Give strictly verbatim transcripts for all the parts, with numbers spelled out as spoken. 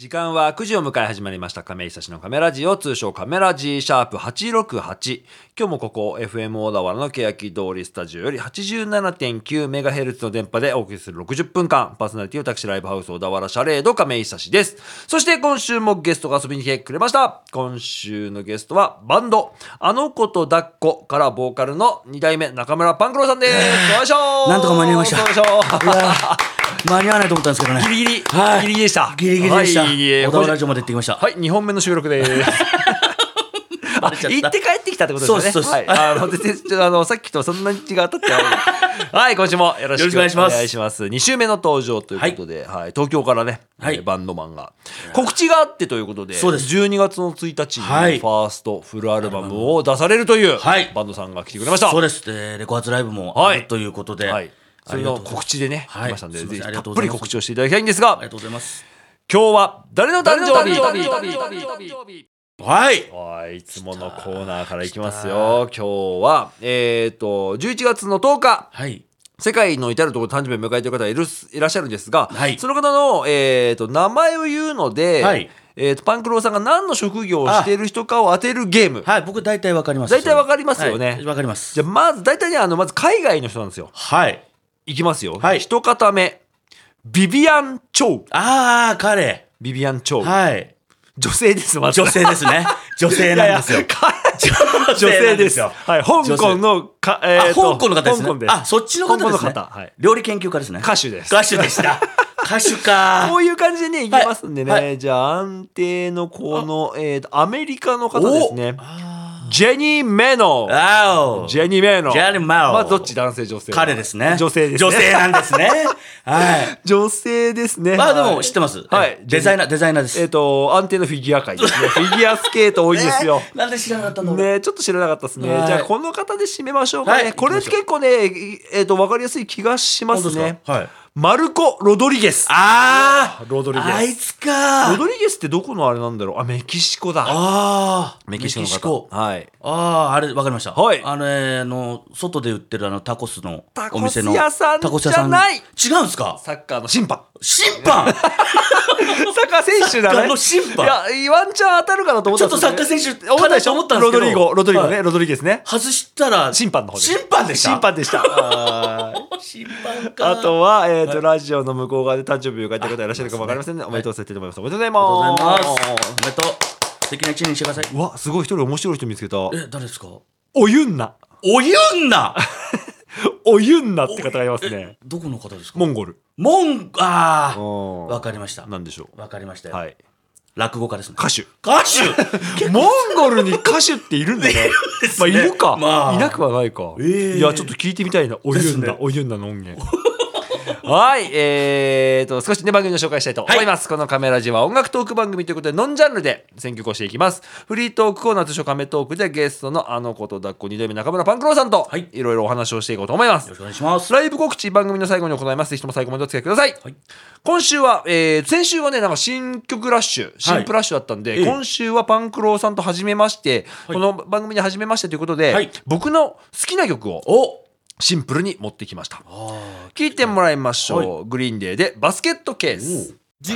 時間はくじを迎え始まりました亀井久志のカメラジオ、通称カメラジシャープはちろくはち。今日もここ エフエム 小田原の欅通りスタジオより はちじゅうななてんきゅうメガヘルツ の電波でお送りするろくじゅっぷんかん、パーソナリティを私ライブハウス小田原シャレード亀井久志です。そして今週もゲストが遊びに来てくれました。今週のゲストはバンドあの子と抱っこからボーカルのに代目中村パンクローさんです。よいしょ。 なんとか間に合いました。 よいしょ。 間に合わないと思ったんですけどね。 ギリギリ、 はい、 ギリギリでした。 ギリギリでした。 はい、 小田原ラジオまで行ってきました。 はい、にほんめの収録です。あ、行って帰ってきたってことですね。 そうです。 はい、あの全然あのさっきとそんなに違ったってない。はい、今週もよろしくお願いします。お願いします。に週目の登場ということで、はいはい、東京からね、はい、バンドマンが告知があってということで、そうです。じゅうにがつのついたちにファーストフルアルバムを出されるというバンドさんが来てくれました。 そうです。でレコ発ライブもあるということで。はい、 それの告知でね、来ましたので、ぜひたっぷり告知をしていただきたいんですが、 ありがとうございます。 今日は誰の誕生日？ はい。 はい、いつものコーナーからいきますよ。今日はえっとじゅういちがつのとおか、はい、世界の至るところ誕生日を迎えている方がいるいらっしゃるんですが、はい、その方のえっと名前を言うので。はい、えー、とパンクローさんが何の職業をしている人かを当てるゲーム。 はい、僕大体わかります。 大体わかりますよね。 はい、わかります。 じゃあまず大体ね、あのまず海外の人なんですよ。はい。いきますよ。はい。一方目、ビビアン・チョウ。 ああ、彼。 ビビアン・チョウ。 はい。 女性です。まず女性ですね。女性なんですよ。 いやいや女性ですよ。はい。香港のか、えー、 香港の方ですね。 香港です。 あ、そっちの方ですね。 香港の方。はい。 料理研究家ですね。 歌手です。 歌手でした。歌手か。 こういう感じでね、いきますんでね。はい、じゃあ、安定のこの、えーと、アメリカの方ですね。ジェニー・メノ。ジェニー・メノ。 ジェニー・メノ。 まあ、どっち男性、女性。 彼ですね。 女性ですね。 女性なんですね。はい。 女性ですね。 まあ、でも知ってます。はい。デザイナー、デザイナーです。 えっと、安定のフィギュア界ですね。フィギュアスケート多いんですよ。 なんで知らなかったのね、ちょっと知らなかったですね。じゃあ、この方で締めましょうかね。これ結構ね、えっと、わかりやすい気がしますね。はい。マルコ・ロドリゲス。 ああ、 ロドリゲス。 あいつか。 ロドリゲスってどこのあれなんだろう。あ、メキシコだ。 ああ、 メキシコの方。はい。 ああ、あれわかりました。はい。あれ、あの外で売ってるあのタコスのお店のタコス屋さんじゃない。 違うんですか。 サッカーの審判。 審判。サッカー選手だね。 サッカーの審判。 いや、ワンチャン当たるかなと思った。 ちょっとサッカー選手かなと思ったんですけど。 ロドリゴ、ロドリゴね、ロドリゲスね。 外したら審判の方で。 審判でした。 審判でした。 審判か。 あとはえっとラジオの向こう側で誕生日を迎えた方いらっしゃるかもわかりませんね。おめでとうさせていただきます。おめでとうございます。 おめでとうございます。おめでとう。素敵な一年にしてください。 うわ、すごい、一人面白い人見つけた。 え、誰ですか。 おゆんな。 おゆんな。 おゆんなって方がいますね。 どこの方ですか。 モンゴル。 モン、ああ、わかりました。 なんでしょう。 わかりましたよ。 はい。 落語家ですね。 歌手。 歌手。 モンゴルに歌手っているんだね。まあいるか。 まあいなくはないか。いや、ちょっと聞いてみたいな。おゆんな、おゆんなの音源。はい、えーと少しね番組の紹介したいと思います。はい、このカメラジは音楽トーク番組ということでノンジャンルで選曲をしていきます。フリートークコーナーと書カメトークでゲストのあの子と抱っこに代目中村パンクローさんと、はい、いろいろお話をしていこうと思います。 よろしくお願いします。 ライブ告知番組の最後に行います。ぜひとも最後までお付き合いください。はい、今週は、えー、先週はねなんか新曲ラッシュ新プラッシュだったんで、はい、今週はパンクローさんと初めまして、はい、この番組で初めましてということで、はい、僕の好きな曲をおシンプルに持ってきました。聞いてもらいましょう、はい、グリーンデーでバスケットケース。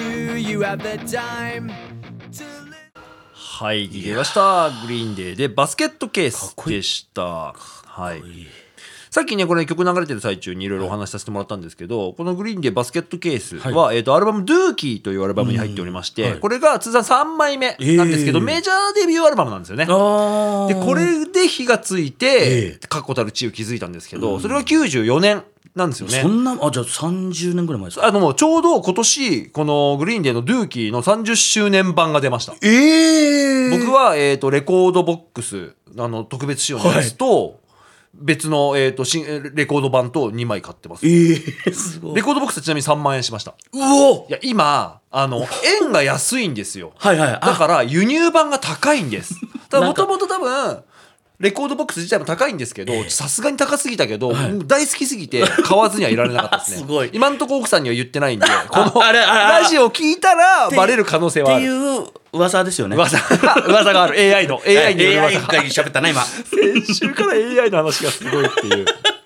はい、聞きました。グリーンデーでバスケットケースでした。はい。さっきねこれ曲流れてる最中にいろいろお話しさせてもらったんですけど、このグリーンデーバスケットケースは、はい、えー、とアルバムドゥーキーというアルバムに入っておりまして、はい、これが通算さんまいめなんですけど、えー、メジャーデビューアルバムなんですよね。でこれで火がついて確固たる地位を築いたんですけど、うん、それはきゅうじゅうよねんなんですよね。 そんな、あ、じゃあさんじゅうねんぐらい前ですか。 あのもうちょうど今年このグリーンデーのドゥーキーのさんじゅっしゅうねん版が出ました。 えー、 僕は、えー、とレコードボックスあの特別仕様のやつと、はい、別の、えー、と新レコード版とにまい買ってます。えー、すごい。レコードボックスはちなみにさんまんえんしました。 うお。 いや今あの円が安いんですよ。 はいはい。 だから輸入版が高いんです。もともと多分レコードボックス自体も高いんですけど、さすがに高すぎたけど、はい、大好きすぎて買わずにはいられなかったですね。すごい。今のところ奥さんには言ってないんで、このラジオを聞いたらバレる可能性はある。 っていう噂ですよね。 噂噂がある。 エーアイ の エーアイ による噂が。 エーアイ が喋ったな今。 先週から エーアイ の話がすごいっていう。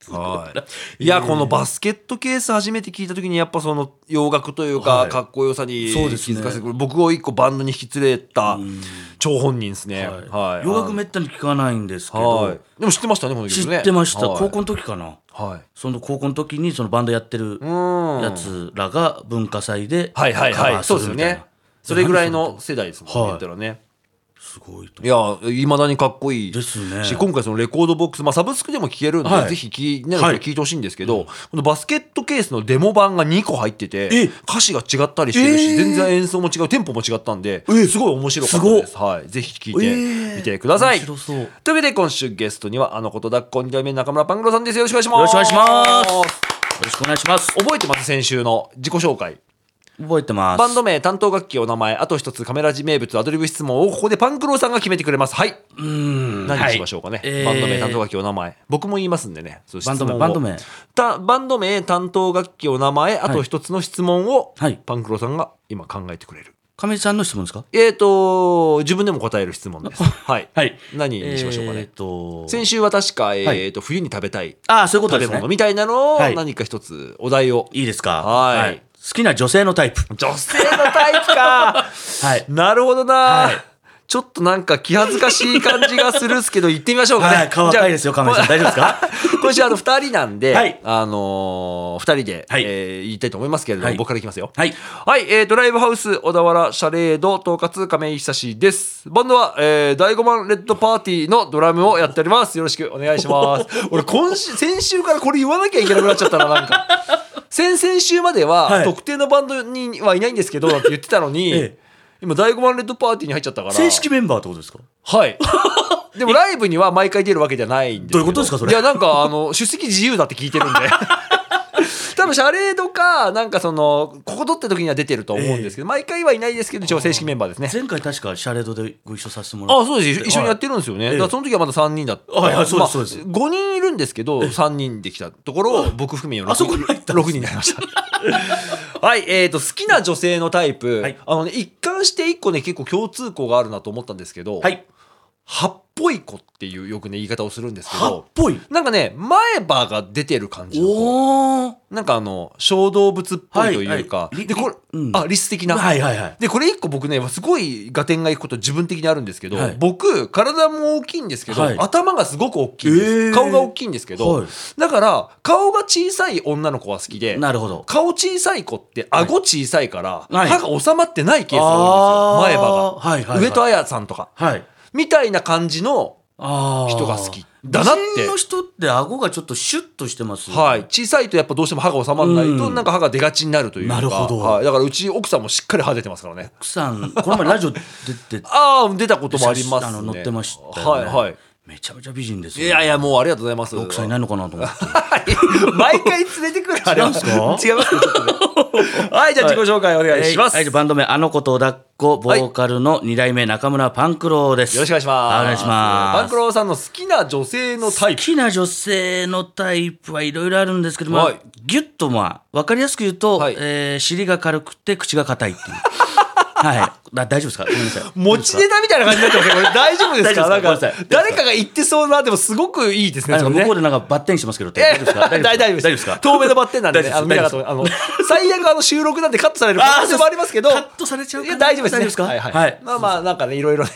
はいいやこのバスケットケース初めて聞いた時にやっぱその洋楽というか、はい、かっこよさに気づかせてくる、ね、僕を一個バンドに引き連れた張本人ですね、 はいはい、洋楽めったに聞かないんですけど、 はい、でも知ってましたねこの曲ね。 知ってました、 はい、 高校の時かな、 はい、 その高校の時にそのバンドやってるやつらが文化祭でカバーするみたいな、そうですよね、それぐらいの世代ですもんね、はい、言ったらねすごいといやいまだにかっこいいですねし、今回そのレコードボックス、まあ、サブスクでも聴けるんで、はい、ぜひ聴い、ねはい、聞いてほしいんですけど、うん、このバスケットケースのデモ版がにこ入ってて歌詞が違ったりしてるし、えー、全然演奏も違うテンポも違ったんで、えー、すごい面白かったです、はい、ぜひ聴いてみてください、えー、面白そう。というわけで今週ゲストにはあのことだっこに代目中村パンクロさんです。よろしくお願いします。 よろしくお願いします。よろしくお願いします。 覚えてます先週の自己紹介。 覚えてます。 バンド名、担当楽器、お名前、あと一つカメラ字名物アドリブ質問をここでパンクローさんが決めてくれます。はい。 うーん何にしましょうかね、はいえー、バンド名、担当楽器、お名前、僕も言いますんでね。 バンド名バンド名たバンド名、担当楽器、お名前、あと一つの質問を、はい、パンクローさんが今考えてくれる。 亀井さんの質問ですか？ えーと自分でも答える質問です。はい、 はい、 何にしましょうかね。えー、 と先週は確か、えーとはい、冬に食べたいあそういうことです、ね、 食べ物みたいなのを何か一つお題を、 いいですか？ はい、はい好きな女性のタイプ。 女性のタイプかはいなるほどな、はい、ちょっとなんか気恥ずかしい感じがするっすけど行ってみましょうかね。 はい顔赤いですよ亀井さん大丈夫ですか？ 今週あのふたりなんで、はい、あのー、ふたりで、はいえー、言いたいと思いますけれども、はい、僕からいきますよ。はい、はいえー、とライブハウス小田原シャレード統括亀井久志です。バンドは、えー、だいごばんレッドパーティーのドラムをやっております。よろしくお願いします俺今週先週からこれ言わなきゃいけなくなっちゃったななんか先々週までは、はい、特定のバンドにはいないんですけどって言ってたのに、ええ、今だいごばんレッドパーティーに入っちゃったから正式メンバーってことですか？ はいでもライブには毎回出るわけじゃないんですけど。 どういうことですかそれ？ いやなんかあの出席自由だって聞いてるんで多分シャレードかなんかそのここ取って時には出てると思うんですけど、えー、毎回はいないですけど一応正式メンバーですね。 前回確かシャレードでご一緒させてもらって、 あそうです一緒にやってるんですよね、はい、だからその時はまださんにんだった、 はいはい、そうですそうです、 まあ、ごにんいるんですけどさんにんできたところ僕含めろくにんになりましたはいえーと好きな女性のタイプ、はい、あのね一貫していっこね結構共通項があるなと思ったんですけど、はい歯っぽい子っていうよくね言い方をするんですけど、 歯っぽいなんかね前歯が出てる感じの子、なんかあの小動物っぽいというか、はいはい、でこれ、うん、あリス的な、 はいはいはい、 でこれ一個僕ねすごい合点がいくこと自分的にあるんですけど、はい、僕体も大きいんですけど、はい、頭がすごく大きいんです、えー、顔が大きいんですけど、はい、だから顔が小さい女の子は好きで、 なるほど顔小さい子って顎小さいから、はい、歯が収まってないケースが多いんですよ、前歯が、はいはいはい、上戸彩さんとか、はいみたいな感じの人が好きだなって。 美人の人って顎がちょっこシュッとしてますよね、 はい、小さいとやっぱどうしても歯が収まらないとなんか歯が出がちになるというか、 なるほど、 はい、だからうち奥さんもしっかり歯出てますからね。 奥さんこの前ラジオ出てああ出たこともありますね。 あの載ってましたよね、はいはい、めちゃめちゃ美人ですよ、ね、 いやいやもうありがとうございます。 奥さんいないのかなと思って毎回連れてくるあれは違うんですか？ 違いますよちょっとねはいじゃあ自己紹介お願いします、 はいはい、バンド名あの子と抱っこボーカルのに代目中村パンクローです。 よろしくお願いします。 お願いします。 パンクローさんの好きな女性のタイプ。 好きな女性のタイプはいろいろあるんですけども、はい、ギュッとまあ分かりやすく言うと、はいえー、尻が軽くて口が硬いっていうはい大丈夫ですか？ごめんなさい。 持ちネタみたいな感じになってますけど大丈夫ですか？なんか誰かが言ってそうなでもすごくいいですね。 向こうでなんかバッテンしてますけど大丈夫ですか？ 大丈夫です。大丈夫ですか？透明のバッテンなんでね。あの見なかったあの最悪あの収録なんでカットされる可能性もありますけど。 カットされちゃうかな。 いや大丈夫ですね。 ですか？ はいはい。はい、まあまあなんかねいろいろね。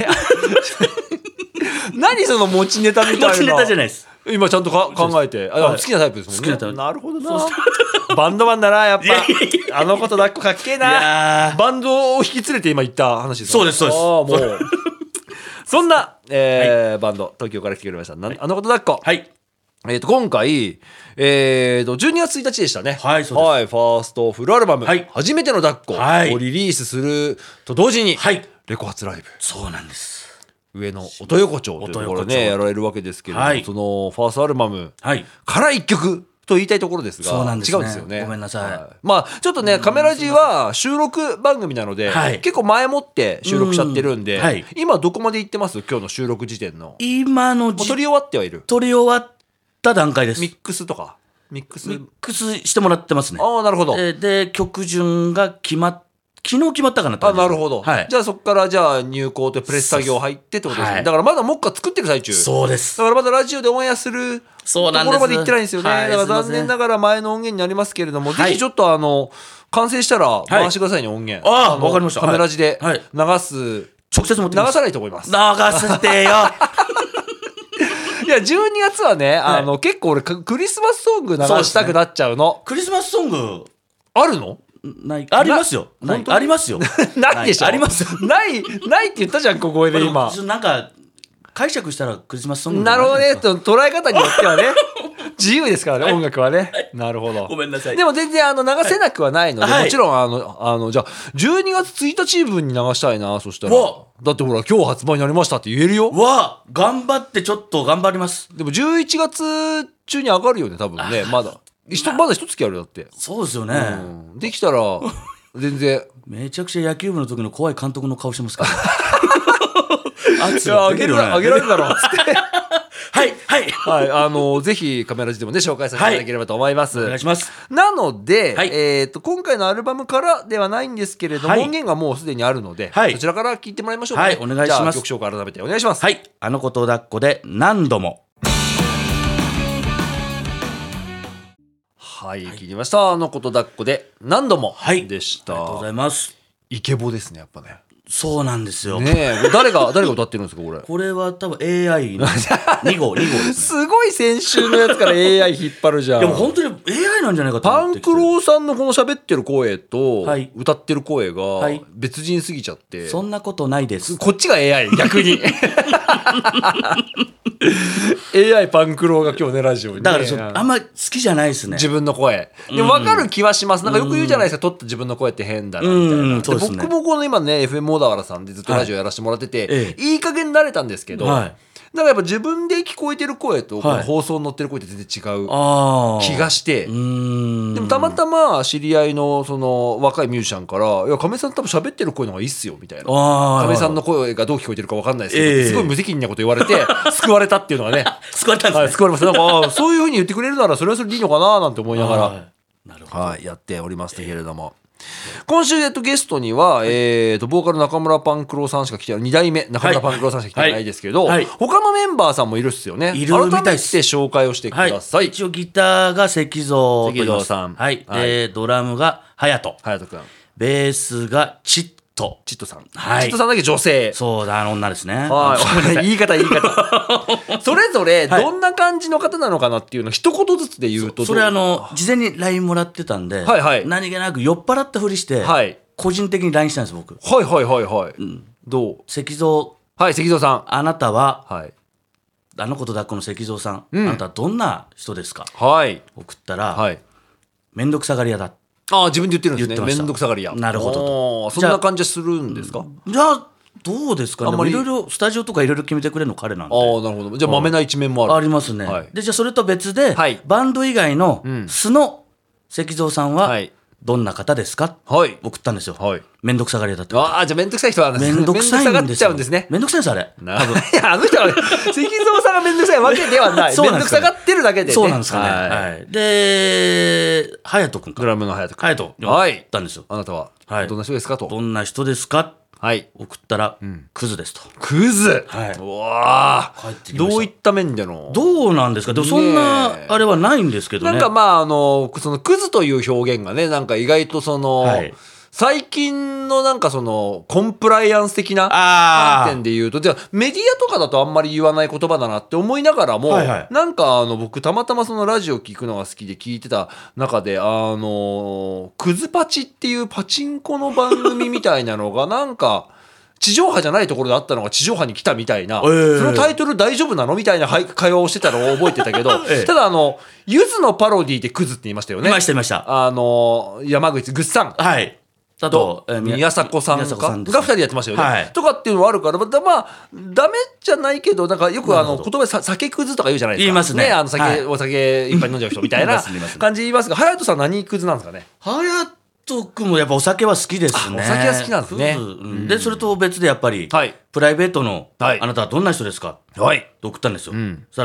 何その持ちネタみたいな。 持ちネタじゃないです。 今ちゃんとか考えて、あ、好きなタイプですもんね。好きなタイプ。なるほどな。バンドマンだなやっぱ。あの子と抱っこかっけえな。バンドを引き連れて今言った話です。 そうですそうです。あもうそんな、えーはい、バンド東京から来てくれました。はい、あの子と抱っこ。はい。えーと今回、えーとじゅうにがつついたちでしたね。 はいそうです。 はいファーストフルアルバム、はい、初めての抱っこをリリースすると同時に、はい、レコ発ライブ。 そうなんです。 上野音横丁というところねやられるわけですけれども、はい、そのファーストアルバムからいっきょくと言いたいところですが、そうなんですね、違うんですよね。 ごめんなさい、はい、 まあちょっとねカメラジは収録番組なので、はい、結構前もって収録しちゃってるんで、はい、今どこまで行ってます？今日の収録時点の今の撮り終わってはいる？ 撮り終わった段階です。 ミックスとかミックスミックスしてもらってますね。 ああなるほど。 で曲順が決まっ昨日決まったかなってあ、 感じです。 なるほど。 はい。 じゃあそこからじゃあ入稿とプレス作業入ってってことですね。 はいだからまだもっか作ってる最中。 そうです。 だからまだラジオでオンエアするそうなんです。 ところまで行ってないんですよね。 はいだからすいません残念ながら前の音源になりますけれども、 はいぜひちょっとあの、完成したら回してくださいね、音源。 ああのわかりましたカメラ字ではい流す。 直接持ってきます。 流さないと思います。 流せてよ。 いや、じゅうにがつはね、あの、結構俺ククリスマスソング流したくなっちゃうの。 クリスマスソング、 あるのないありますよ。ない本当にありますよ。 ないでしょ。 ありますよ。 ない、ないって言ったじゃん、小声で今。 なんか解釈したらクリスマスソングなるほどね。 とと捉え方によってはね。自由ですからね、音楽はね。なるほど。 ごめんなさい。 でも全然あの流せなくはないので、 はいもちろんあの、あの、じゃあ、じゅうにがつついたち分に流したいな、そしたら。 わだってほら、今日発売になりましたって言えるよ。 わあ頑張ってちょっと頑張ります。 でもじゅういちがつ中に上がるよね、多分ね。まだ。ひとまだ一月あるよだって。 そうですよね。 うんできたら、全然。 めちゃくちゃ野球部の時の怖い監督の顔してますから。圧いや、あげるな、あげられるだろう、つって。 はいはいはい、あの、ぜひカメラ字でもね、紹介させていただければと思います。 お願いします。 なので、 はいえっと、今回のアルバムからではないんですけれども、 はい音源がもうすでにあるので、 はいそちらから聞いてもらいましょうか、ね。 はいお願いしますじゃあ曲紹介改めてお願いします。 はいあの子と抱っこで何度も。 はい、聞きました。あの子と抱っこで何度もはいでした。 ありがとうございます。 イケボですね、やっぱね。 そうなんですよ。 ねえ、誰が、誰が歌ってるんですか、これ。 これは多分 エーアイ のに号、に号ですね。 すごい先週のやつから エーアイ 引っ張るじゃん。 でも本当に エーアイ なんじゃないかとパン思ってきて。 クローさんのこの喋ってる声とはい歌ってる声がはい別人すぎちゃって、 そんなことないです。 こっちが エーアイ 逆にエーアイ パンクローが今日ねラジオにね、 だからそあんま好きじゃないですね。 自分の声でも分かる気はします。なんかよく言うじゃないですか、撮った自分の声って変だなみたいな。 うんそうですね僕もこの今ね エフエム 小田原さんでずっとラジオやらせてもらってて、 ええいい加減慣れたんですけど、 はいだからやっぱ自分で聞こえてる声とこのはい放送に乗ってる声って全然違うああ気がして、 うーんでもたまたま知り合いのその若いミュージシャンから「いや亀井さん多分喋ってる声の方がいいっすよ」みたいな。 あー亀井さんの声がどう聞こえてるか分かんないですけど、 ええすごい無責任なこと言われて救われたっていうのがね救われたんはい、 ですね。 救われました。なんかあーそういうふうに言ってくれるならそれはそれでいいのかななんて思いながら、 はいなるほど。 はい、やっておりましたけれども、今週、えっと、ゲストには、えー、とボーカル中村パンクローさんしか来てないに代目中村パンクローさんしか来てないですけど、 はいはい他のメンバーさんもいるっすよね。 いるみたい改めですて紹介をしてくはいださい。 一応ギターが石像と言います石像さんはい、 はいでドラムが隼人、 隼人君、 ベースがチット。 チットさん、 はいチットさんだけ女性。 そうだあの女ですね。 はい、言い方言い方それぞれはいどんな感じの方なのかなっていうのを一言ずつで言うとどうそれあの事前に ライン もらってたんで、 はいはい何気なく酔っ払ったふりして、 はい個人的に ライン したんです僕。 はいはいはいはい、どう石像はい石像さん、 あなたははいあの子と抱っこの石像さん、 うんあなたはどんな人ですかはい送ったら、 はい、 めんどくさがり屋だ。 ああ自分で言ってるんですね。 言ってましためんどくさがりや。 なるほどとあーそんな感じするんですか。 じゃあどうですかね。 あんまりいろいろスタジオとかいろいろ決めてくれるの彼なんで。 ああなるほど。じゃあまめな一面もある。 ありますね、 はいでじゃあそれと別で、 はいバンド以外のん素の石像さんははいどんな方ですか、 はい送ったんですよ、 はい。 めんどくさがり屋だって。 ああじゃあめんどくさい人なんですね。 めんどくさいんですよめんどくさがっちゃうんですね。 めんどくさいんですあれ。 な、いやあの人は石像さんがめんどくさいわけではない。 そうめなんんですかねどくさがってるだけでね。 そうなんですかね、 ははいいで隼人君かドラムの隼人君。 隼人はい送ったんですよ。 あなたははいどんな人ですかと。 どんな人ですかはい。 送ったら、クズですと。 クズ。 はいうわあ帰ってきましたどういった面での。 どうなんですか。でもそんなねえあれはないんですけどね。 なんかまああのそのクズという表現がねなんか意外とその、 はい最近のなんかそのコンプライアンス的なあー観点で言うとじゃあメディアとかだとあんまり言わない言葉だなって思いながらも、 はいはいなんかあの僕たまたまそのラジオ聞くのが好きで聞いてた中であのクズパチっていうパチンコの番組みたいなのがなんか地上波じゃないところであったのが地上波に来たみたいな、 えーそのタイトル大丈夫なのみたいなはい会話をしてたのを覚えてたけど、 ええただあのゆずのパロディでクズって言いましたよね。 いましたいました。 あの山口ぐっさんはい。あと、えー宮迫さん宮か迫さんですがふたりでやってましたよね、 はいとかっていうのはあるからまあまあダメじゃないけどなんかよくあのなるほど言葉でさ酒くずとか言うじゃないですか。 言いますねあの酒、 はいお酒いっぱい飲んじゃう人みたいな言います言います感じで言いますが隼人さん何くずなんですかね。 隼人君もやっぱお酒は好きですね。 あお酒は好きなんですねクズうんで、それと別でやっぱり、 はいプライベートの、 はいあなたはどんな人ですかはいと送ったんですよ。 んそしたら、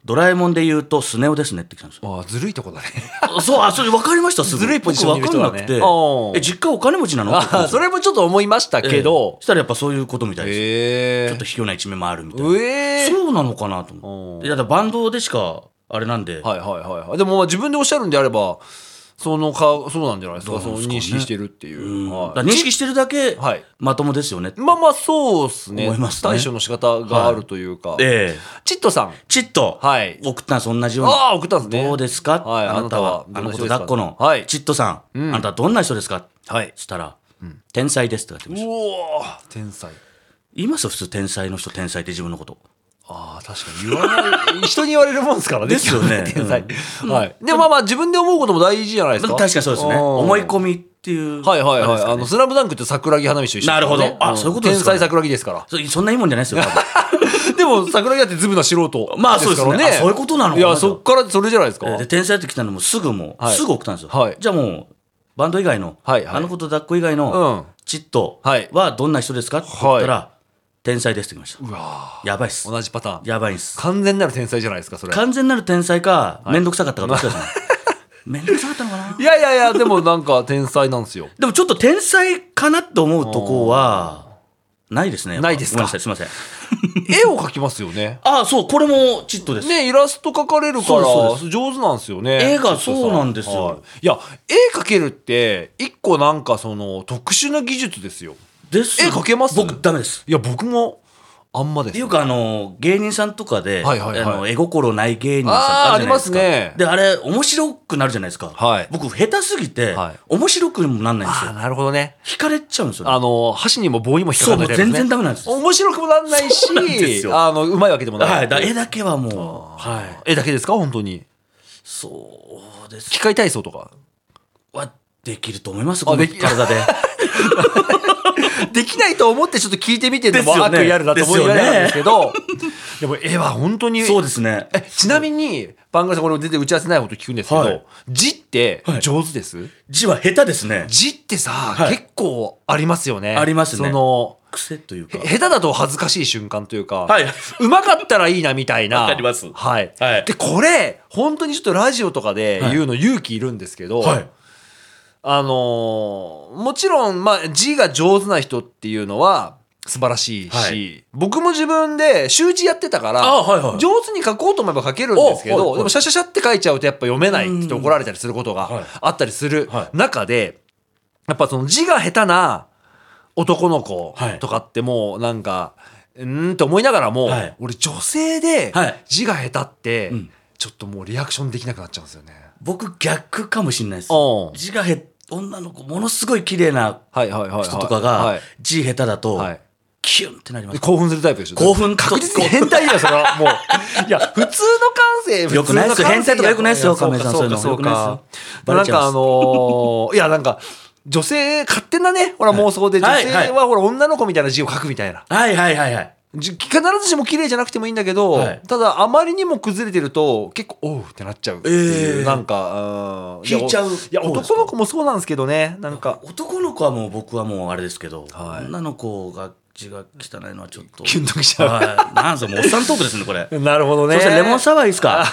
ドラえもんで言うとスネ夫ですねって来たんですよ。 ああずるいとこだね。 そう、あ、それ分かりましたすぐ。 ずるいポジションにいる人だね。 僕分かんなくて、え、実家お金持ちなのってあそれもちょっと思いましたけど、 そしたらやっぱそういうことみたいです。 えー、 ちょっと卑怯な一面もあるみたいな。 えー、 そうなのかなと思って。いや、だからバンドでしかあれなんで。 はいはいはいはい。でもまあ自分でおっしゃるんであれば、そのかそうなんじゃないですか。その認識してるっていう。 うんはい、 だから認識してるだけはいまともですよね。 まあまあそうですね。 思いますね対処の仕方があるというか。 はい、ええチットさん。 チット。 はい。 送ったんです、同じように。 ああ、送ったんですね。 どうですか、 はい、 あなたは、あの子と抱っこの、 はい、 チットさん、うん、あなたはどんな人ですか、はい、したら、うん、天才ですって言ってました。 うおー、天才。 言いますよ、普通、天才の人、天才って自分のこと。 ああ、確かに言わない人に言われるもんですからね。 ですよね。 天才、うん、はい。でもまあまあ自分で思うことも大事じゃないですか。 確かにそうですね。思い込みっていう、 はいはいはい。あ、ね、あのスラムダンクって桜木花道と一緒です、ね、 なるほど。あ、そういうことですか、 ね、天才桜木ですから。 そ, そんないいもんじゃないですよ。 でも桜木だってズブな素人。 まあそうですね。そういうことなのかな。 いやそっからそれじゃないですか。 で天才って来たのもすぐもう、はい、すぐ送ったんですよ。はい、じゃあもうバンド以外の、はいはい、あの子と抱っこ以外の、うん、チットはどんな人ですかって言ったら。はい天才ですって言いました。うわやばいっす。 同じパターン。 やばいっす。 完全なる天才じゃないですかそれ。 完全なる天才か、はい、めんどくさかったかどっちかですね。めんどくさかったのかな。 いやいやいやでもなんか天才なんですよ。 でもちょっと天才かなって思うとこはないですね。 ないですか。 ごめんなさいすみません。 絵を描きますよね。 ああそうこれもチットです。 ねイラスト描かれるから上手なんですよね。 絵がそうなんですよ。はい、 いや絵描けるって一個なんかその特殊な技術ですよ。 です絵描けます？ 僕ダメです。 いや僕もあんまです、ね。 っていうかあの芸人さんとかで、はいはいはい、あの絵心ない芸人さんあありますね。 であれ面白くなるじゃないですか。はい、僕下手すぎて、はい、面白くもなんないんですよ。 あなるほどね。 惹かれちゃうんですよ、ね。 あの箸にも棒にも引っかかんないタイプですね。 そう全然ダメなんです。 面白くもなんないし、あのうまいわけでもない。 はい、だ絵だけはもう、 はい、絵だけですか本当に。 そうです。 機械体操とかはできると思います。この体で。 できないと思ってちょっと聞いてみてるのも悪意あるなと思いながらなんですけど、でも絵は本当にそうですね。 えちなみにバンガラさんこれ全然打ち合わせないこと聞くんですけど、はい、字って上手です、はい、 字は下手ですね。 字ってさ、はい、結構ありますよね。 ありますね。 その癖というか下手だと恥ずかしい瞬間というか、はい、うまかったらいいなみたいな。 わかります。 はい。はい、でこれ本当にちょっとラジオとかで言うの勇気いるんですけど。はいはいあのー、もちろん、まあ、字が上手な人っていうのは素晴らしいし、はい、僕も自分で習字やってたから、はいはい、上手に書こうと思えば書けるんですけど、はいはい、でもシャシャシャって書いちゃうとやっぱ読めないって言って怒られたりすることがあったりする中で、やっぱその字が下手な男の子とかってもうなんか、うーんって思いながらも、はい、俺女性で字が下手ってちょっともうリアクションできなくなっちゃうんですよね。 僕逆かもしれないです。字が下手女の子ものすごい綺麗な人とかが字下手だとキュンってなります。 興奮するタイプでしょ。 興奮確実に変態だよそれはもう。いや普通の感性よくないですよ。変態とかよくないですよ。亀井さんそういうのよくないですよ。 なんかあのいやなんか女性勝手なねほら妄想で女性はほら女の子みたいな字を書くみたいな。 はいはいはいはい。 必ずしも綺麗じゃなくてもいいんだけど、はい、ただあまりにも崩れてると結構おうってなっちゃうっていう、えー、なんか引いちゃう。いや男の子もそうなんですけどね。なんか男の子はもう僕はもうあれですけど、はい、女の子が字が汚いのはちょっとキュンときちゃう、 はい、なんすかもうおっさんトークですねこれ。 なるほどね。 そしてレモンサワーいいですか。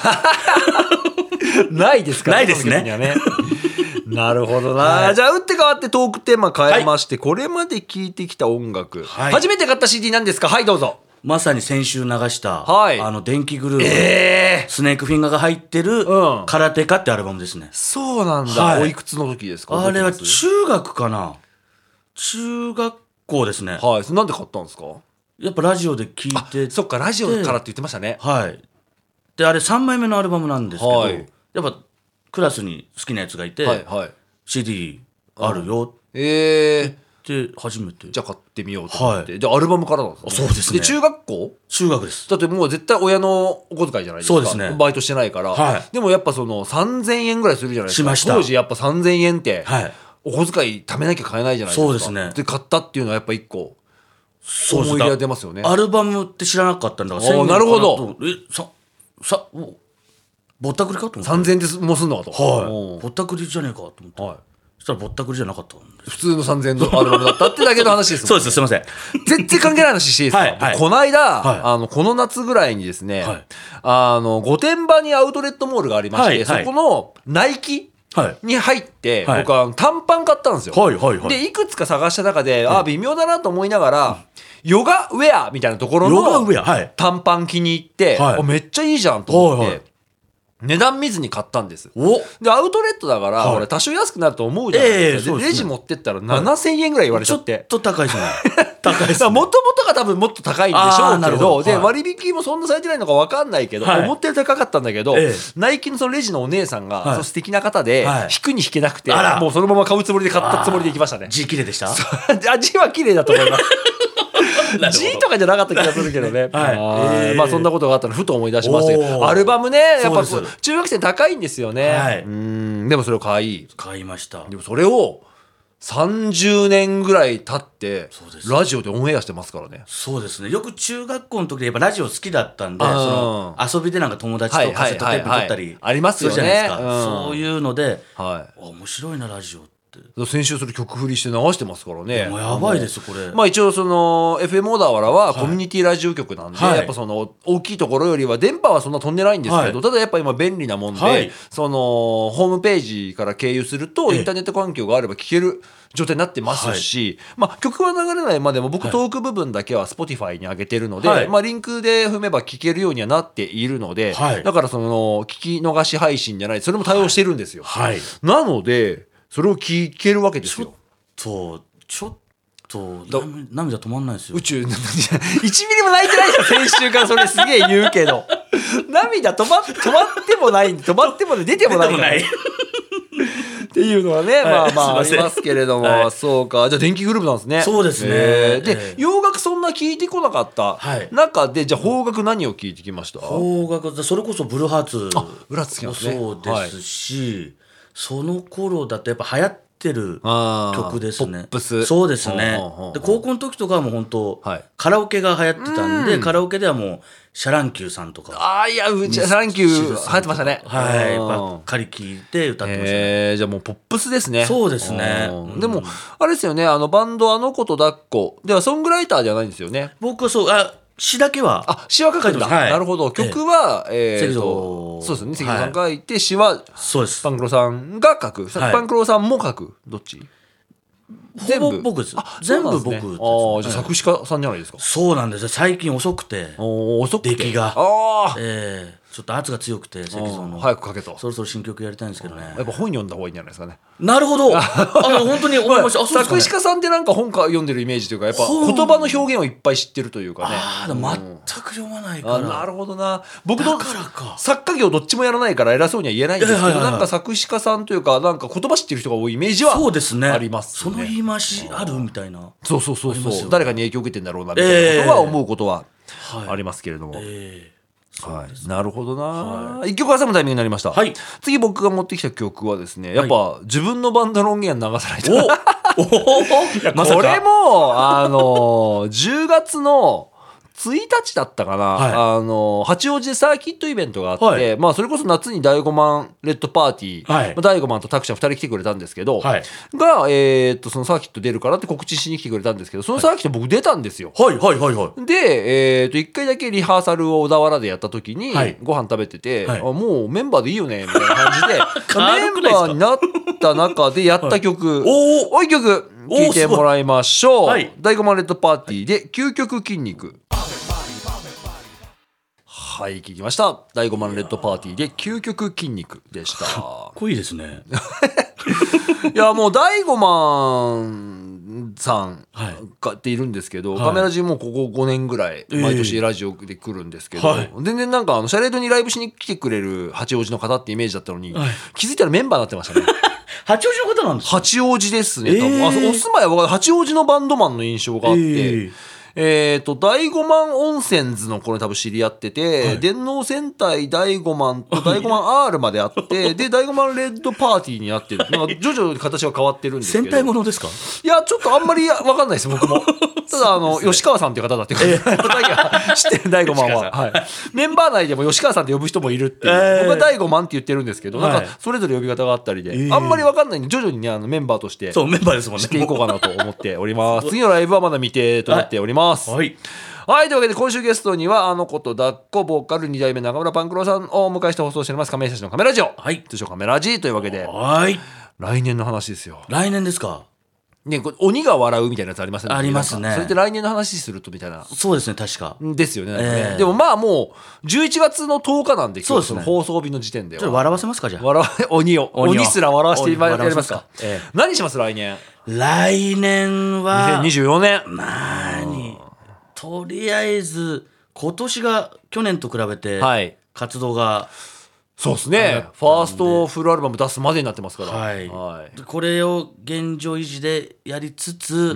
ないですか。 ないですね。 なるほどな、はい、じゃあ打って変わってトークテーマ変えまして、はい、これまで聴いてきた音楽、はい、初めて買った シーディー なんですか。はいどうぞ。 まさに先週流した、はい、あの電気グルーヴ、えー、スネークフィンガーが入ってる、うん、空手家ってアルバムですね。 そうなんだ、はい、おいくつの時ですか。 あれは中学かな。中学校ですね。 はい。なんで買ったんですか。 やっぱラジオで聞いて。 そっかラジオからって言ってましたね。 はいであれさんまいめのアルバムなんですけど、はい、やっぱクラスに好きなやつがいて、はいはい、シーディー あるよって言って初めて、 じゃあ買ってみようと思って、はい、じゃあアルバムからなんですね。 そうですね。 で中学校中学です。 だってもう絶対親のお小遣いじゃないですか。 そうですね。 バイトしてないから、はい、でもやっぱそのさんぜんえんぐらいするじゃないですか。 しました。 当時やっぱさんぜんえんって、はい、お小遣い貯めなきゃ買えないじゃないですか。 そうですね。 で買ったっていうのはやっぱ一個思い出が出ますよね。 アルバムって知らなかったんだから。 ああなるほど。 えささぼったくりかと思って。 さんぜんえんでもうすんのかと。 はい。ぼったくりじゃねえかと思って、はい、 そしたらぼったくりじゃなかったんです。 普通のさんぜんえんのアルバムだったってだけの話ですもんね。 そうです、すいません。 全然関係ない話していいですか、はいはい、この間、はい、あのこの夏ぐらいにですね、はい、あの御殿場にアウトレットモールがありまして、はいはい、そこのナイキに入って、はい、僕は短パン買ったんですよ、はいはいはい、でいくつか探した中で、はい、あ微妙だなと思いながら、うん、ヨガウェアみたいなところの短パン気に入って、はい、めっちゃいいじゃんと思って、はいはい、値段見ずに買ったんです。でアウトレットだから、はい、俺多少安くなると思うじゃないですか、えー、でレジ持ってったらななせんえんぐらい言われちゃって、はい、 ちょっと高いですね高いですね。 もともとが多分もっと高いんでしょうけど、どで、はい、割引もそんなされてないのか分かんないけど、はい、思ったより高かったんだけど、えー、ナイキのそのレジのお姉さんが、はい、そ素敵な方で、はい、引くに引けなくて、もうそのまま買うつもりで買ったつもりで行きましたね。 字綺麗でした？ 字は綺麗だと思いますG とかじゃなかった気がするけどね、はい、まあそんなことがあったらふと思い出しましたけど、アルバムねやっぱ中学生高いんですよね、はい、うんでもそれを買い買いました。 でもそれをさんじゅうねんぐらい経ってラジオでオンエアしてますからね。 そうですね。よく中学校の時でやっぱラジオ好きだったんで、その遊びでなんか友達とカセットテープ撮ったりありますよね。 そういうので、はい、面白いなラジオ。 先週それ曲振りして流してますからね。 もうやばいですこれ。 まあ一応その エフエム 小田原はコミュニティラジオ局なんで、はい、やっぱその大きいところよりは電波はそんな飛んでないんですけど、はい、ただやっぱ今便利なもんで、はい、そのホームページから経由するとインターネット環境があれば聴ける状態になってますし、はい、まあ曲は流れないまでも僕トーク部分だけは Spotify に上げてるので、はい、まあリンクで踏めば聴けるようにはなっているので、はい、だからその聞き逃し配信じゃない、それも対応してるんですよ。はい、なのでそれを聞けるわけですよ。 ちょっとちょっと涙止まんないですよ。 宇宙いちミリも泣いてないじゃん先週からそれすげえ言うけど涙止ま止まってもない止まっても出てもないからっていうのはね、はい、まあまあありますけれども、はい、そうか。じゃあ電気グループなんですね。 そうですね、 えー、で、えー、洋楽そんな聞いてこなかった中で、はい、じゃあ邦楽何を聞いてきました？ 邦楽それこそブルーハーツあブルーハーツ好きなんですね。 そうですし、はい、その頃だとやっぱ流行ってる曲ですね。 ポップス。 そうですね。で高校の時とかはもう本当、はい、カラオケが流行ってたんで、カラオケではもうシャランキューさんとか、 ああいやうちシャランキュー流行ってましたね。 はいばっかり聞いて歌ってましたね。 えー、じゃあもうポップスですね。 そうですね。 でもあれですよね、あのバンドあの子と抱っこではソングライターじゃないんですよね。 僕はそうあ詩だけはあ詩は書くんだ、はい、なるほど。曲は、えー、えー、とそうですね関戸さん書いて、はい、詩はそうですパンクロさんが書く、はい、パンクロさんも書くどっち？ 全部僕です。あ全部僕です、ね、 ああじゃあ作詞家さんじゃないですか。 そうなんですよ。最近遅くて遅くて出来があ、えー、ちょっと圧が強くて関戸の早く書けと。 そろそろ新曲やりたいんですけどね。 やっぱ本読んだ方がいいんじゃないですかね。 なるほどあ本当に思いました、まあ、 作詞家さんってなんか本か読んでるイメージというかやっぱ言葉の表現をいっぱい知ってるというかね。 ああ、うん、全く読まないから。あなるほどな。僕の作家業どっちもやらないから偉そうには言えないんですけど、はいはいはい、なんか作詞家さんというかなんか言葉知ってる人が多いイメージはそうですね。 ありますね。 その言い回しあるみたいな。 そうそうそうそう、誰かに影響を受けてんだろうなみたいなことは思うことはありますけれども、えーえーはい、なるほどな、はい、いっきょく挟むタイミングになりました、はい、次僕が持ってきた曲はですねやっぱ、はい、自分のバンドの音源流さないとおおいやこれもあのじゅうがつのついたちだったかな、はい、あの八王子でサーキットイベントがあって、はい、まあ、それこそ夏にだいごまんレッドパーティー、はいまあ、だいごまんとタクちゃんふたり来てくれたんですけど、はい、が、えー、っとそのサーキット出るからって告知しに来てくれたんですけどそのサーキット僕出たんですよ、 はいはいはいはい、 で、えー、っといっかいだけリハーサルを小田原でやった時に、はい、ご飯食べてて、はい、あもうメンバーでいいよねみたいな感じでメンバーになった中でやった曲、はい、おおい曲聴いてもらいましょう、はい、だいごまんレッドパーティーで究極筋肉。はい聞きました。だいごまんレッドパーティーで究極筋肉でした。 かっこいいですねいやもうだいごまんさんがっているんですけど、はい、カメラジもここごねんぐらい毎年ラジオで来るんですけど、えーはい、全然なんかあのシャレードにライブしに来てくれる八王子の方ってイメージだったのに、はい、気づいたらメンバーになってましたね八王子の方なんですか？ 八王子ですね多分、えー、お住まいは八王子のバンドマンの印象があって、えーえーと、だいごまん温泉図のこれ多分知り合ってて、はい、電脳戦隊だいごまんとだいごまんアール まであってでだいごまんレッドパーティーになってるなんか徐々に形が変わってるんですけど戦隊ものですか？ いやちょっとあんまり分かんないです僕もただあの、ね、吉川さんっていう方だってことだけ知ってる大悟マンは、はい、メンバー内でも吉川さんって呼ぶ人もいるっていう、えー、僕は大悟マンって言ってるんですけど、なんかそれぞれ呼び方があったりで、えー、あんまり分かんないんで徐々にねあのメンバーとしてそうメンバーですもんねしていこうかなと思っております次のライブはまだ未定となっております、はいはいはい、というわけで今週ゲストにはあの子と抱っこボーカルに代目中村パンクロさんをお迎えして放送しております亀井久志のカメラジオ、はい、通称カメラジというわけで、はい、来年の話ですよ。 来年ですかね、鬼が笑うみたいなやつありませんね。 ありますね。 それって来年の話するとみたいな。 そうですね、確か。 ですよね。えー、でもまあもうじゅういちがつのとおかなんで、今日その放送日の時点では。 ちょっと笑わせますかじゃあ。 笑鬼を鬼を鬼すら笑わせてやりますか。えー、何します来年。 来年はにせんにじゅうよねん。 何とりあえず今年が去年と比べて活動が、はいそうですね。ファーストフルアルバム出すまでになってますから、 はいはい、これを現状維持でやりつつ、うん、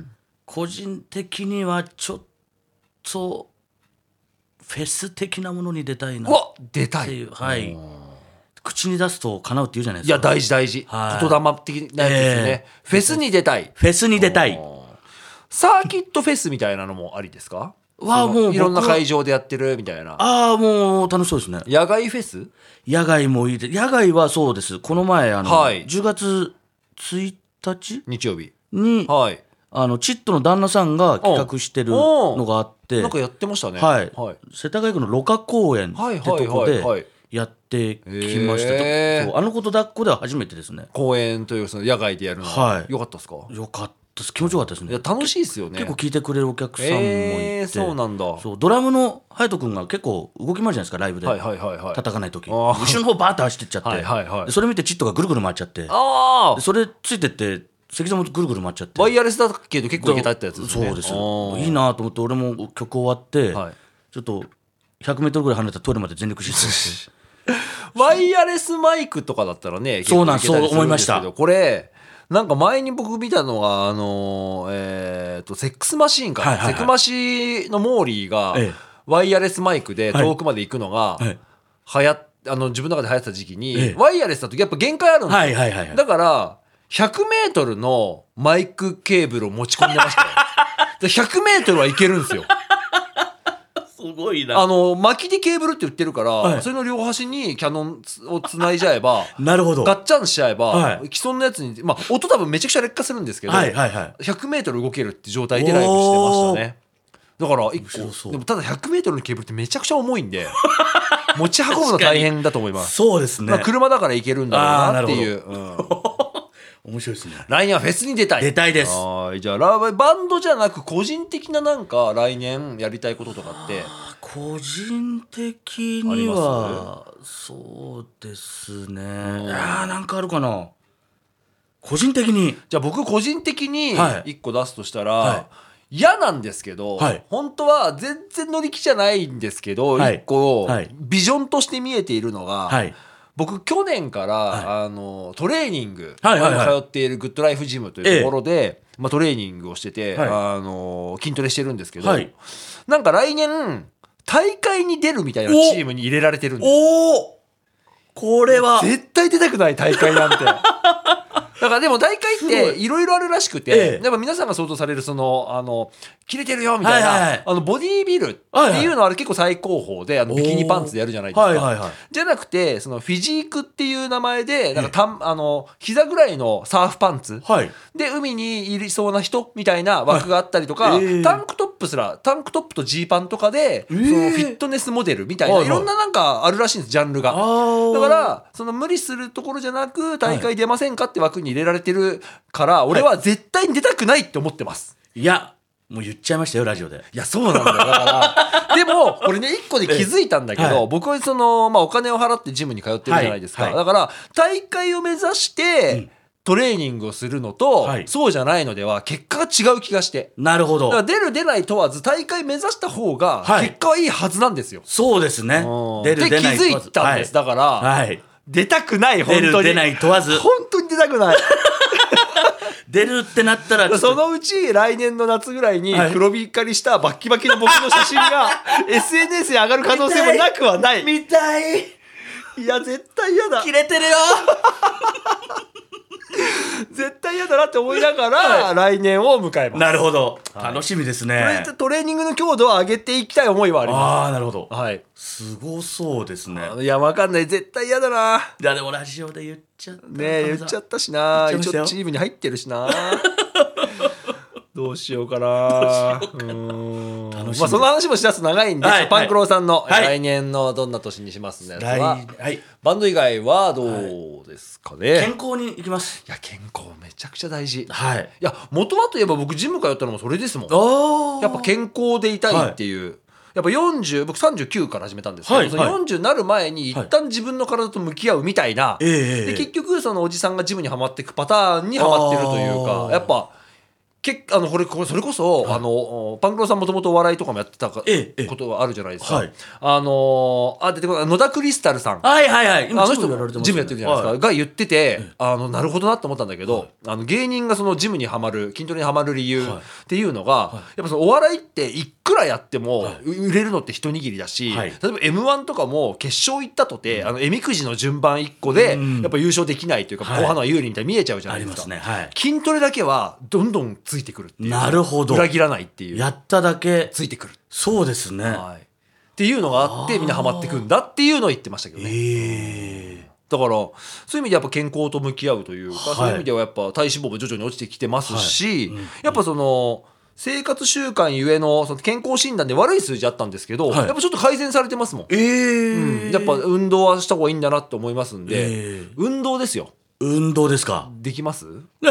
個人的にはちょっとフェス的なものに出たいなっていう。 出たい、 はい、口に出すと叶うって言うじゃないですか。 いや大事大事、はい、言霊的なやつですよね、えー、フェスに出たい。 フェスに出たい。 サーキットフェスみたいなのもありですか。わもういろんな会場でやってるみたいな。 ああもう楽しそうですね。 野外フェス。 野外もいいで、野外はそうです。この前あの、はい、じゅうがつついたち日曜日に、はい、あのチットの旦那さんが企画してるのがあって、 なんかやってましたね。 はい、はい、世田谷区の芦花公園ってとこでやってきました。そうあの子と抱っこでは初めてですね。 公園というその野外でやるのは、はい、よかったですか。 よかった。気持ちよかったですね。 いや楽しいですよね。 結構聞いてくれるお客さんもいて、 えー、そうなんだ。 そうドラムの隼人君が結構動き回るじゃないですかライブで、はいはいはいはい、叩かない時後ろの方バーッと走ってっちゃって、はいはいはい、それ見てチットがぐるぐる回っちゃって、あそれついてって関さんもぐるぐる回っちゃって、 ワイヤレスだけど結構いけたってやつですね。 そうですいいなと思って、俺も曲終わって、はい、ちょっとひゃくメートルぐらい離れたトイレまで全力疾走してワイヤレスマイクとかだったらね、 そうなんそう思いました。 これなんか前に僕見たのがあのー、えーとセックスマシーンか、はいはいはい、セクマシのモーリーがワイヤレスマイクで遠くまで行くのがはやっあの自分の中で流行ってた時期に、ええ、ワイヤレスだとやっぱ限界あるんですよ、はいはいはいはい、だからひゃくメートルのマイクケーブルを持ち込んでましたよひゃくメートルはいけるんですよすごいな。 あの巻きでケーブルって言ってるから、はい、それの両端にキャノンをつないじゃえばなるほどガッチャンしちゃえば、はい、既存のやつに、まあ、音多分めちゃくちゃ劣化するんですけど、はいはいはい、ひゃくメートル動けるって状態でライブしてましたね。だからいっこでもただひゃくメートルのケーブルってめちゃくちゃ重いんで持ち運ぶの大変だと思いますそうですね、 まあ、車だからいけるんだろうなっていう、うん、 面白いですね。 来年はフェスに出たい。 出たいです。 はいじゃあバンドじゃなく個人的ななんか来年やりたいこととかって。 個人的にはそうですね。あなんかあるかな。個人的にじゃあ僕個人的にいっこ出すとしたら、はい嫌なんですけど、はい、本当は全然乗り気じゃないんですけど、はい、いっこ、はい、ビジョンとして見えているのが、はい、僕去年から、はい、あのトレーニング、はいはいはい、通っているグッドライフジムというところで、ええまあ、トレーニングをしてて、はい、あの筋トレしてるんですけど、はい、なんか来年大会に出るみたいなチームに入れられてるんです。 おこれは絶対出たくない大会なんてだからでも大会っていろいろあるらしくて、ええ、やっぱ皆さんが想像されるそのあの切れてるよみたいな、はいはいはい、あのボディービルっていうのはあれ結構最高峰であのビキニパンツでやるじゃないですか、はいはいはい、じゃなくてそのフィジークっていう名前でなんかたんあの膝ぐらいのサーフパンツ、はい、で海にいりそうな人みたいな枠があったりとか、はいえー、タンクトップすらタンクトップとジーパンとかで、えー、そのフィットネスモデルみたいな、はいはい、いろんななんかあるらしいんですジャンルが。だからその無理するところじゃなく大会出ませんかって枠に入れられてるから俺は絶対に出たくないって思ってます、 はい、いやもう言っちゃいましたよラジオで。 いやそうなんだよだからでもこれね一個で気づいたんだけど、はい、僕はその、まあ、お金を払ってジムに通ってるじゃないですか、はいはい、だから大会を目指して、うんトレーニングをするのと、はい、そうじゃないのでは結果が違う気がして。 なるほど。 だから出る出ない問わず大会目指した方が結果はいいはずなんですよ、はい、 そうですね。 出る出ない問わずって気づいたんです、はい、だから、はい、出たくない本当に出る出ない問わず本当に出たくない出るってなったらそのうち来年の夏ぐらいに黒光りしたバッキバキの僕の写真が エスエヌエス に上がる可能性もなくはない。 見たい。 いや絶対嫌だ。 切れてるよ絶対嫌だなって思いながら、はい、来年を迎えます。 なるほど、はい、楽しみですね。 これトレーニングの強度を上げていきたい思いはあります。 ああ、なるほど、 はい、 すごそうですね。 いや、わかんない、絶対嫌だな。 いやでもラジオで言っちゃったね、言っちゃったしな、一応チームに入ってるしなどうしようかな。うーん、楽しみ。まあその話もしだすと長いんで、はい、パンクローさんの来年のどんな年にしますのやつは、はい、バンド以外はどうですかね。 健康にいきます。 いや、健康めちゃくちゃ大事。 はい。 いや、元はといえば僕ジム通ったのもそれですもん。やっぱ健康でいたいっていう。はい、やっぱよんじゅう、僕さんじゅうきゅうから始めたんですけど、はいはい、よんじゅうになる前に一旦自分の体と向き合うみたいな、はい、で結局そのおじさんがジムにはまっていくパターンにはまってるというか、やっぱけあのこれこれそれこそ、はい、あのパンクローさんもともとお笑いとかもやってたか、ええ、ことがあるじゃないですか、はい、あのあ出てこない野田クリスタルさん、 はいはいはい、 今あの人ジムやってるじゃないですか、はい、が言ってて、あのなるほどなと思ったんだけど、はい、あの芸人がそのジムにはまる筋トレにはまる理由っていうのが、はい、やっぱそのお笑いっていくらやっても売れるのって一握りだし、はい、例えば エムワン とかも決勝行ったとて、うん、あのえみくじの順番いっこでやっぱ優勝できないというか、後半のは有利みたいに見えちゃうじゃないですか、はい、ありますね、はい、筋トレだけはどんどんついてくるっていう、 なるほど、 裏切らないっていう、 やっただけついてくる、 そうですね、 はい、っていうのがあってみんなハマってくんだっていうのを言ってましたけどね、えー、だからそういう意味でやっぱ健康と向き合うというか、はい、そういう意味ではやっぱ体脂肪も徐々に落ちてきてますし、はい、うん、やっぱその生活習慣ゆえ の, その健康診断で悪い数字あったんですけど、はい、やっぱちょっと改善されてますもん、えーうん、やっぱ運動はした方がいいんだなって思いますんで、えー、運動ですよ。 運動ですか。 できます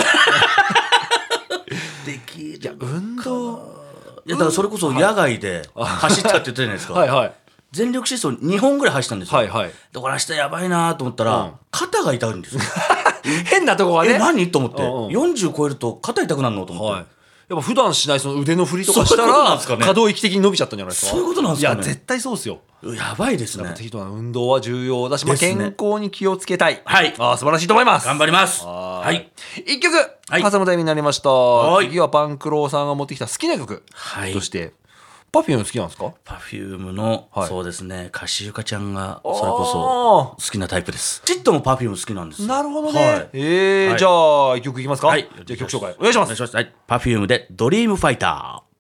できる。 いや運動、 いやだからそれこそ野外で走ったって言ったじゃないですかはい、はい、全力疾走にほんぐらい走ったんですよ、はいはい、だから明日やばいなと思ったら、うん、肩が痛いんですよ変なとこがね、 え何と思って、うんうん、よんじゅう超えると肩痛くなるのと思って、はい、 やっぱ普段しないその腕の振りとかしたら可動域的に伸びちゃったんじゃないですか。 そういうことなんですかね。 いや絶対そうですよ。 やばいですね。 適度な運動は重要だし、まあ、健康に気をつけたい、 はい、 あ素晴らしいと思います。 頑張ります。 は、 はい、 いっきょく、はい、挟むタイミングになりました。次はパンクローさんが持ってきた好きな曲、はい、としてパフューム好きなんですか。 パフュームの、はい、そうですね、カシユカちゃんがそれこそ好きなタイプです。チットもパフューム好きなんです。 なるほどね、はい、えーはい、じゃあいっきょくいきますか。はい、じゃあ曲紹介お願いします。お願いします。 はい、パフュームでドリームファイター。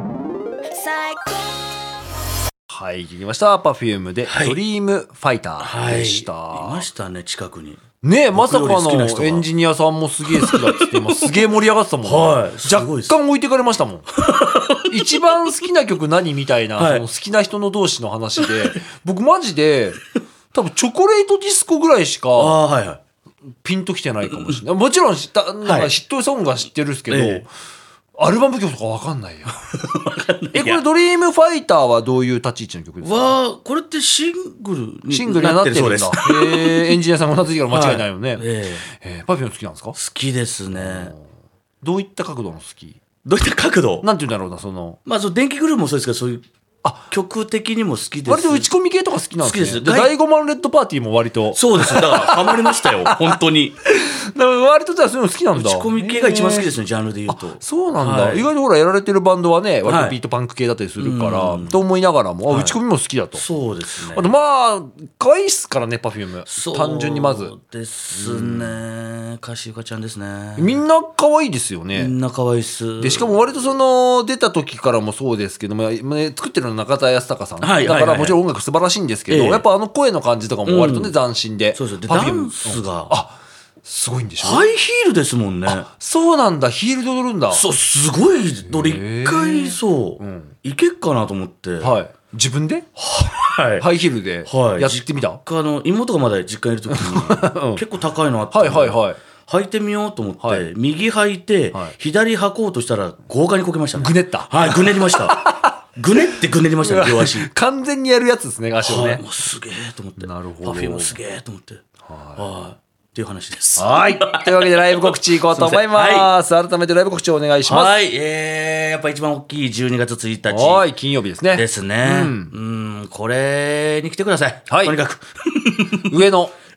はい、聞きました。パフュームでドリームファイターでした、 はいはい、いましたね近くにねえ、まさかのエンジニアさんもすげえ好きだって言って今すげえ盛り上がってたもんね、はい、若干置いてかれましたもん一番好きな曲何みたいな、はい、その好きな人の同士の話で僕マジで多分チョコレートディスコぐらいしかピンときてないかもしれない。もちろん知ったなんかヒットソングは知ってるんですけど、はい、アルバム曲とか分かんないよえ、これドリームファイターはどういう立ち位置の曲ですか。 わこれってシングルにシングルになってるんだ。えー、エンジニアさんがうなずいたから間違いないよね、はい、えーえー、パフューム好きなんですか。 好きですね。 どういった角度の好き。 どういった角度なんて言うんだろうな、そのまあその電気グループもそうですけど、そういうあ曲的にも好きです。 割と打ち込み系とか好きなんですね。好きです。でだいごマンレッドパーティーも割とそうです。だからハマりましたよ本当にだから割とじゃあそういうの好きなんだ。 打ち込み系が一番好きですね、ジャンルで言うと。 そうなんだ、はい、意外とほらやられてるバンドはね割とビートパンク系だったりするから、はい、と思いながらも、はい、打ち込みも好きだと。 そうですね。 あとまあ可愛いっすからねパフューム。単純にまずそうですね。カシユカちゃんですね。 みんな可愛いですよね。 みんな可愛いっす。 でしかも割とその出た時からもそうですけども、作ってるのは中田康隆さん、はい、だからもちろん音楽素晴らしいんですけど、ええ、やっぱあの声の感じとかも割とね、うん、斬新で。 そうそうでダンスが、 あすごいんでしょ。 ハイヒールですもんね。 あそうなんだ。ヒールで踊るんだ。 そうすごい。俺一回そう、うん、いけっかなと思って、 はい、自分で、はい、ハイヒールでやってみた、はい、 あの妹がまだ実家にいる時に、うん、結構高いのあったんで、はいはいはい、履いてみようと思って、はい、右履いて、はい、左履こうとしたら豪華にこけましたね。 ぐねった。 はい、ぐねりましたぐねってぐねりましたね、両足完全にやるやつですね、足をね、 はい、もうすげえと思って。 なるほど。 パフュームすげえと思って、はい、っていう話です。 はい。というわけでライブ告知いこうと思います。はい、改めてライブ告知をお願いします。 はい。えー、やっぱ一番大きいじゅうにがつついたち。 はい。金曜日ですね。 ですね。うん。うんこれに来てください。はい。とにかく。 上野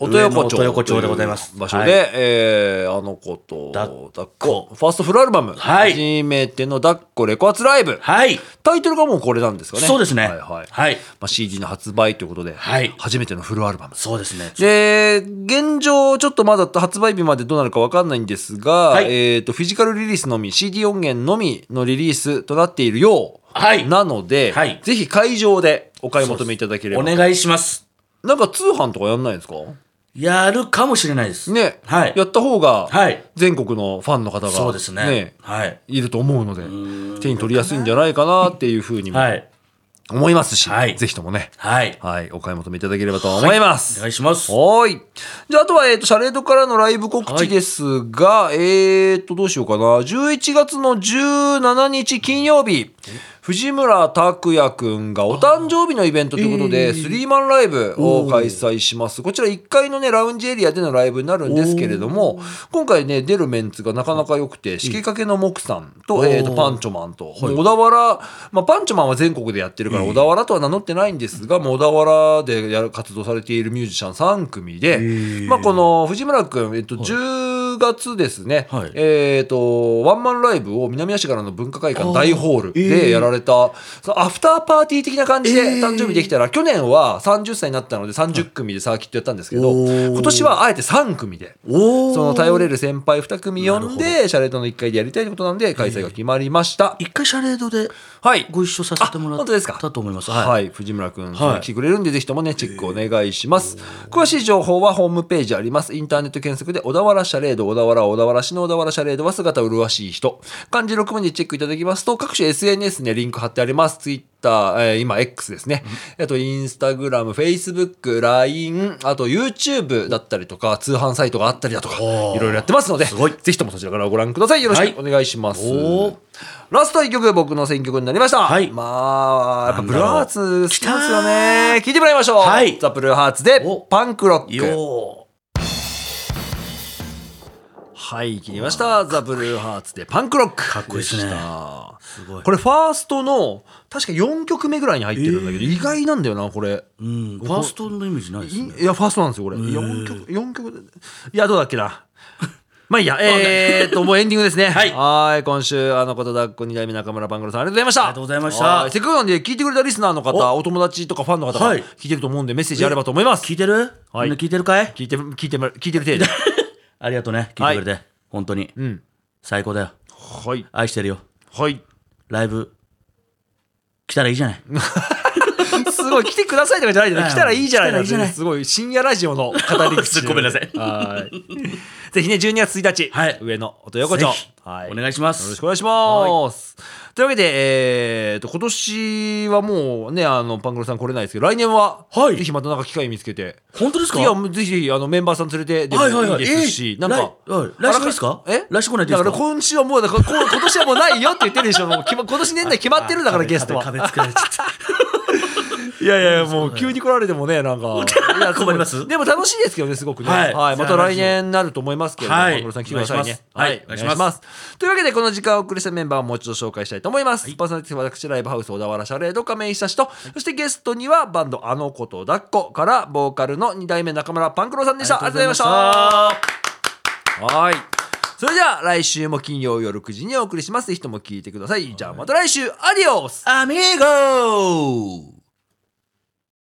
音横丁音横丁でございます場所で、はい、えー、あの子と抱っこファーストフルアルバム、はい、初めての抱っこレコ発ライブ、はい、タイトルがもうこれなんですかね。 そうですね、 はいはいはい、まあ、シーディー の発売ということで、はい、初めてのフルアルバム。 そうですね。 で現状ちょっとまだ発売日までどうなるか分かんないんですが、はい、えー、とフィジカルリリースのみ シーディー 音源のみのリリースとなっているよう、はい、なので、はい、ぜひ会場でお買い求めいただければ。 お願いします。 なんか通販とかやんないんですか？ やるかもしれないですね、はい、やった方が全国のファンの方が、ね、そうですね、はい、いると思うので手に取りやすいんじゃないかなっていうふうにも思いますし、はい、ぜひともね、はいはい、お買い求めいただければと思います、 はい、お願いします。 はい。じゃああとは、えーと、シャレードからのライブ告知ですが、はい、えーとどうしようかな。じゅういちがつのじゅうしちにち金曜日、藤村拓哉くんがお誕生日のイベントということで、えー、スリーマンライブを開催します。こちらいっかいのねラウンジエリアでのライブになるんですけれども、今回ね出るメンツがなかなか良くて、しきかけのモクさんと、えー、とパンチョマンと、はい、小田原、まあ、パンチョマンは全国でやってるから小田原とは名乗ってないんですが、もう小田原でやる活動されているミュージシャンさんくみで、まあ、この藤村くん、えっと、じゅうがつですね、はい、えー、とワンマンライブを南足柄の文化会館大ホールでやられた、そのアフターパーティー的な感じで誕生日できたら、えー、去年はさんじゅっさいになったのでさんじゅっくみでサーキットやったんですけど、今年はあえてさんくみでその頼れる先輩にくみ呼んでシャレードのいっかいでやりたいということなんで開催が決まりました。 いっかいシャレードでご一緒させてもらったと思います。 はい、はい、藤村くん、はい、来てくれるんでぜひともねチェックお願いします。詳しい情報はホームページあります。インターネット検索で小田原シャレード、小田原小田原市の小田原シャレードは姿麗しい人、漢字ろく文字チェックいただきますと各種 エスエヌエス にリンク貼ってあります。ツイッター、えー、今 X ですね、うん、あとインスタグラム、フェイスブック、ライン、あと YouTube だったりとか通販サイトがあったりだとかいろいろやってますので、ぜひともそちらからご覧ください。よろしくお願いします、はい、ラストいっきょく僕の選曲になりました。はい、まあやっぱブルーハーツ好きなんですよね。聴いてもらいましょう、はい、ザ・ブルーハーツでパンクロック。はい、切りました。ザ・ブルーハーツでパンクロック。 かっこいいですね。 すごい。これファーストの確かよんきょくめぐらいに入ってるんだけど、えー、意外なんだよなこれ。 うん、ファーストのイメージないですね。 いやファーストなんですよこれ。よんきょくよんきょくいやどうだっけな。まあいいや、えーっともうエンディングですね。はい、はい、今週あのことだっこに代目中村パンクロさんありがとうございました。 ありがとうございました。 せっかくなんで聞いてくれたリスナーの方、お友達とかファンの方が聞いてると思うんで、メッセージあればと思います。 聞いてる？はい、聞いてるかい？ 聞いて聞いて聞いてる程度。 ありがとうね、聞いてくれて、はい、本当に、うん、最高だよ。はい、愛してるよ。はい、ライブ来たらいいじゃない。 すごい来てくださいとかじゃないじゃない、来たらいいじゃないですか。すごい深夜ラジオの語り口。 ごめんなさい。 はい。ぜひねじゅうにがつついたち、はい、上野音横丁、 はい、お願いします。 よろしくお願いします。というわけで、えー、と今年はもうねあのパンクロさん来れないですけど、来年は、はい、ぜひまたなんか機会見つけて。 本当ですか？ いやぜひあのメンバーさん連れてでもいいですし、なんか来週ですか？え？来週来ないですか？ だから今週はもうだから今年はもうないよって言ってるでしょ。もう今年年内決まってるんだからゲストは。 壁作られちゃった。 いやいやもう急に来られてもねなんかいや困ります。 でも楽しいですけどねすごくね。はい、はい、また来年になると思いますけど、パンクロさん来てくださいね。はい、お願いします。というわけでこの時間をお送りしたメンバーをもう一度紹介したいと思います。はい、パーソナリティは私ライブハウス小田原シャレード亀井久志と、そしてゲストにはバンドあの子と抱っこからボーカルのに代目中村パンクロさんでした。ありがとうございました。はい。それでは来週も金曜夜くじにお送りします。ぜひとも聞いてください。じゃあまた来週、アディオスアミーゴー。